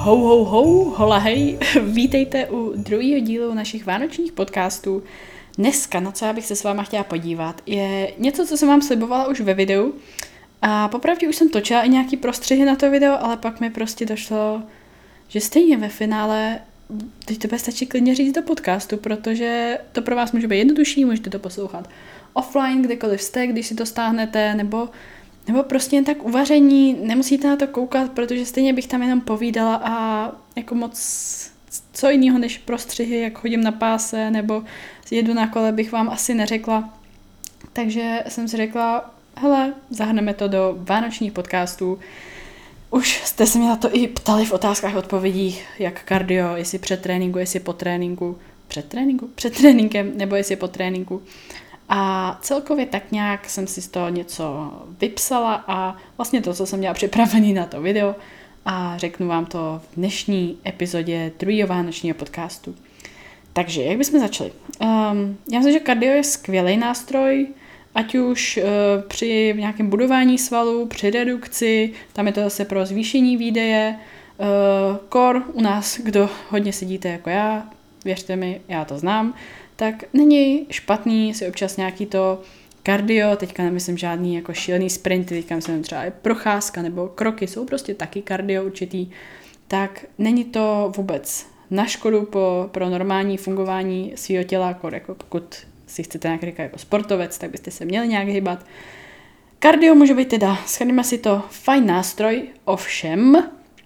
Hola hej, vítejte u druhého dílu našich vánočních podcastů. Dneska, na co já bych se s váma chtěla podívat, je něco, co jsem vám slibovala už ve videu. A popravdě už jsem točila i nějaký prostřihy na to video, ale pak mi prostě došlo, že stejně ve finále teď to bude stačit klidně říct do podcastu, protože to pro vás může být jednodušší, můžete to poslouchat offline, kdekoliv jste, když si to stáhnete, nebo prostě jen tak uvaření, nemusíte na to koukat, protože stejně bych tam jenom povídala a jako moc co jiného než prostřihy, jak chodím na páse nebo jedu na kole, bych vám asi neřekla. Takže jsem si řekla, hele, zahrneme to do vánočních podcastů. Už jste se mě na to i ptali v otázkách odpovědích, jak kardio, jestli před tréninku, jestli po tréninku, před tréninkem, nebo jestli po tréninku. A celkově tak nějak jsem si z toho něco vypsala a vlastně to, co jsem měla připravený na to video a řeknu vám to v dnešní epizodě druhého vánočního podcastu. Takže, jak bychom začali? Já myslím, že kardio je skvělý nástroj, ať už při nějakém budování svalů, při redukci, tam je to zase pro zvýšení výdeje, core u nás, kdo hodně sedíte jako já, věřte mi, já to znám, tak není špatný si občas nějaký to kardio, teďka nemyslím žádný jako šílený sprinty, teďka myslím třeba procházka nebo kroky, jsou prostě taky kardio určitý, tak není to vůbec na škodu pro normální fungování svého těla, jako pokud si chcete nějak říkat jako sportovec, tak byste se měli nějak hýbat. Kardio může být teda, shrneme si to, fajn nástroj, ovšem,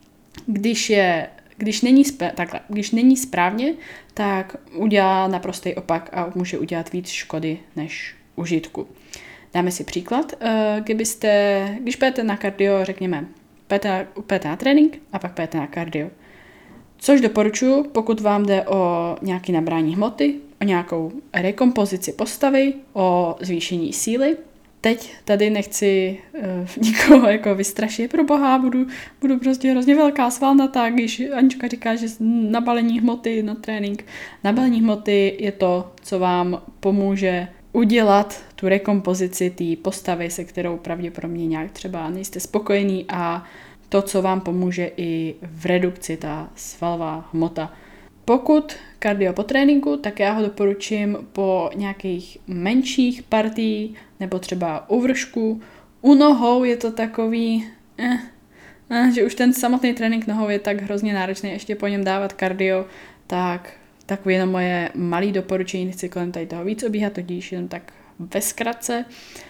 když není správně, tak udělá naprostý opak a může udělat víc škody než užitku. Dáme si příklad. Když půjdete na kardio, řekněme, půjdete na trénink a pak půjdete na kardio. Což doporučuji, pokud vám jde o nějaké nabrání hmoty, o nějakou rekompozici postavy, o zvýšení síly. Teď tady nechci nikoho jako vystrašit, pro boha, budu prostě hrozně velká svalnatá, když Anička říká, že nabalení hmoty na trénink. Nabalení hmoty je to, co vám pomůže udělat tu rekompozici té postavy, se kterou pravděpodobně nějak třeba nejste spokojení a to, co vám pomůže i v redukci, ta svalová hmota. Pokud kardio po tréninku, tak já ho doporučím po nějakých menších partií nebo třeba u vršku. U nohou je to takový, že už ten samotný trénink nohou je tak hrozně náročný, ještě po něm dávat kardio, tak takové jenom moje malé doporučení, nechci kolem tady toho víc obíhat, tudíž jen tak ve zkratce.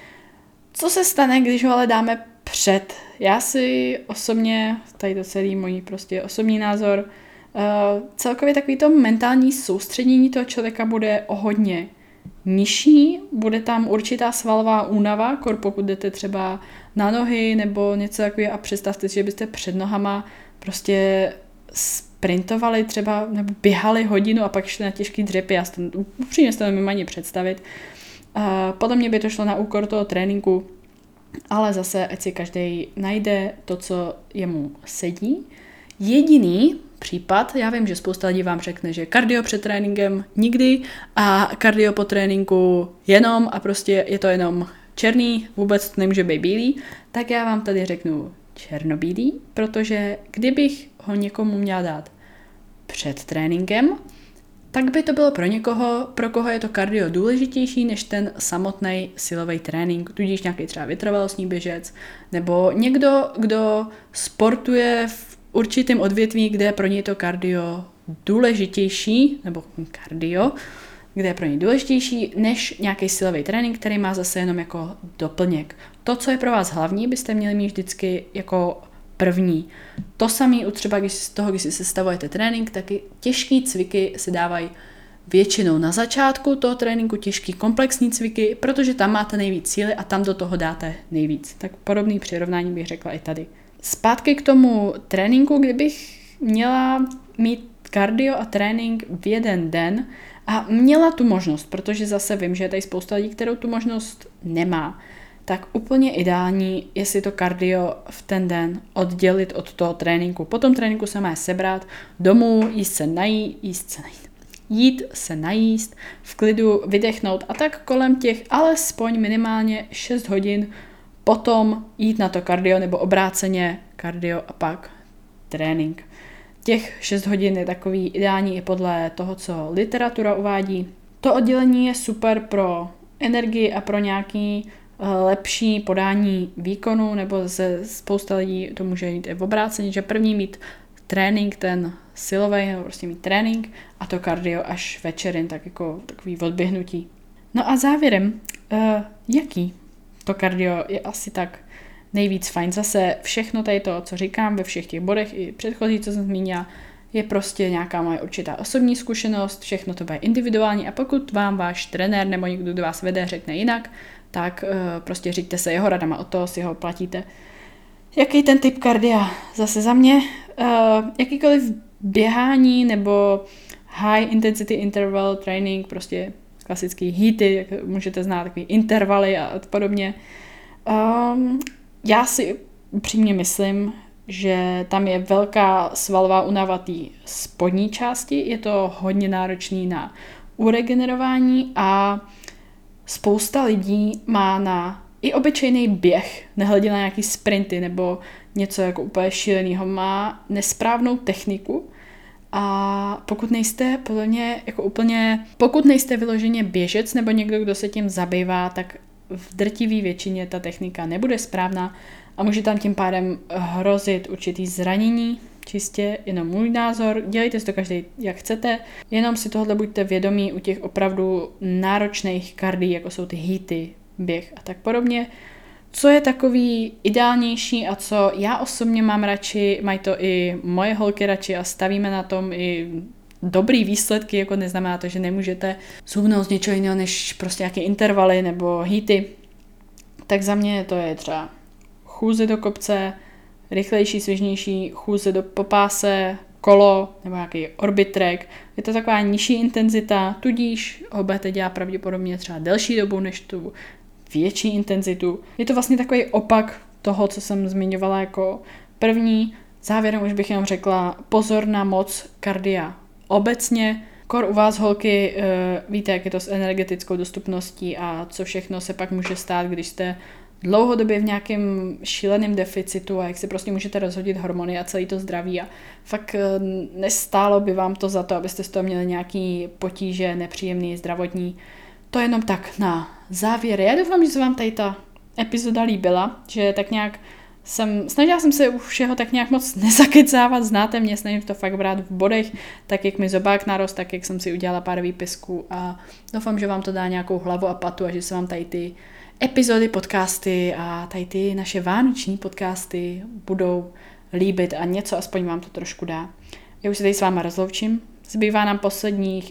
Co se stane, když ho ale dáme před? Já si osobně, tady to celý můj prostě osobní názor, celkově takový to mentální soustředění toho člověka bude o hodně nižší, bude tam určitá svalová únava, pokud jdete třeba na nohy nebo něco takového a představte si, že byste před nohama prostě sprintovali třeba nebo běhali hodinu a pak šli na těžký dřepy, já upřímně si to nemůžu ani představit. Podle mě by to šlo na úkor toho tréninku, ale zase, ať si každý najde to, co jemu sedí. Jediný případ, já vím, že spousta lidí vám řekne, že kardio před tréninkem nikdy a kardio po tréninku jenom a prostě je to jenom černý, vůbec to nemůže být bílý, tak já vám tady řeknu černobílý, protože kdybych ho někomu měla dát před tréninkem, tak by to bylo pro někoho, pro koho je to kardio důležitější než ten samotný silový trénink, tudíž nějaký třeba vytrvalostní běžec, nebo někdo, kdo sportuje v určitém odvětví, kde je pro něj to kardio důležitější, nebo kardio, kde je pro něj důležitější než nějaký silový trénink, který má zase jenom jako doplněk. To, co je pro vás hlavní, byste měli mít vždycky jako první. To samé třeba, když si sestavujete trénink, taky těžký cviky se dávají většinou na začátku toho tréninku, těžký komplexní cviky, protože tam máte nejvíc síly a tam do toho dáte nejvíc. Tak podobný přirovnání bych řekla i tady. Zpátky k tomu tréninku, kdybych měla mít kardio a trénink v jeden den a měla tu možnost, protože zase vím, že je tady spousta lidí, kterou tu možnost nemá, tak úplně ideální je si to kardio v ten den oddělit od toho tréninku. Po tom tréninku se má sebrat domů, jít se najíst, v klidu vydechnout a tak kolem těch alespoň minimálně 6 hodin potom jít na to kardio nebo obráceně kardio a pak trénink. těch 6 hodin je takový ideální i podle toho, co literatura uvádí. To oddělení je super pro energii a pro nějaký lepší podání výkonu, nebo ze spousta lidí to může jít i v obráceně, že první mít trénink, ten silový, nebo prostě mít trénink a to kardio až večer, jen tak jako takový odběhnutí. No a závěrem, jaký to kardio je asi tak nejvíc fajn. Zase všechno tady to, co říkám ve všech těch bodech i předchozí, co jsem zmínila, je prostě nějaká moje určitá osobní zkušenost, všechno to bude individuální a pokud vám váš trenér nebo někdo, kdo vás vede, řekne jinak, tak prostě říďte se jeho radama, od toho si ho platíte. Jaký ten typ kardia? Zase za mě jakýkoliv běhání nebo high intensity interval training, prostě klasický heaty, jak můžete znát, takový intervaly a podobně. Já si upřímně myslím, že tam je velká svalová únava té spodní části, je to hodně náročný na uregenerování a spousta lidí má na i obyčejný běh, nehledě na nějaký sprinty nebo něco jako úplně šílenýho, má nesprávnou techniku a pokud nejste podle mě jako úplně, pokud nejste vyloženě běžec nebo někdo, kdo se tím zabývá, tak v drtivé většině ta technika nebude správná a může tam tím pádem hrozit určitý zranění, čistě jenom můj názor, dělejte si to každý jak chcete, jenom si tohle buďte vědomí u těch opravdu náročných kardií, jako jsou ty heaty, běh a tak podobně. Co je takový ideálnější a co já osobně mám radši, mají to i moje holky radši a stavíme na tom i dobrý výsledky, jako neznamená to, že nemůžete zhubnout z něčeho jiného než prostě nějaké intervaly nebo heaty. Tak za mě to je třeba chůze do kopce, rychlejší, svěžnější chůze do popáse, kolo nebo nějaký orbit track. Je to taková nižší intenzita, tudíž ho budete dělat pravděpodobně třeba delší dobu než tu větší intenzitu. Je to vlastně takový opak toho, co jsem zmiňovala jako první. Závěrem už bych jenom řekla pozor na moc kardia. Obecně, kor u vás holky, víte, jak je to s energetickou dostupností a co všechno se pak může stát, když jste dlouhodobě v nějakém šíleném deficitu a jak si prostě můžete rozhodit hormony a celý to zdraví a fakt nestálo by vám to za to, abyste z toho měli nějaký potíže, nepříjemný, zdravotní. To jenom tak na závěr. Já doufám, že se vám tady ta epizoda líbila, že tak nějak snažila jsem se u všeho tak nějak moc nezakecávat, znáte mě, snažím to fakt brát v bodech, tak jak mi zobák narost, tak jak jsem si udělala pár výpisků a doufám, že vám to dá nějakou hlavu a patu a že se vám tady ty epizody, podcasty a tady ty naše vánoční podcasty budou líbit a něco aspoň vám to trošku dá. Já už se tady s váma rozloučím, zbývá nám posledních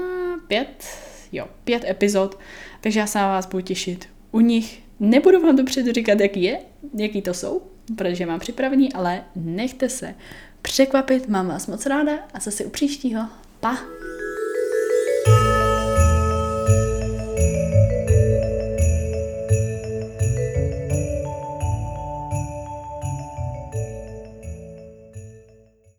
5 epizod, takže já se na vás budu těšit u nich. Nebudu vám dopředu říkat, jaký to jsou, protože mám připravený, ale nechte se překvapit, mám vás moc ráda a zase u příštího. Pa!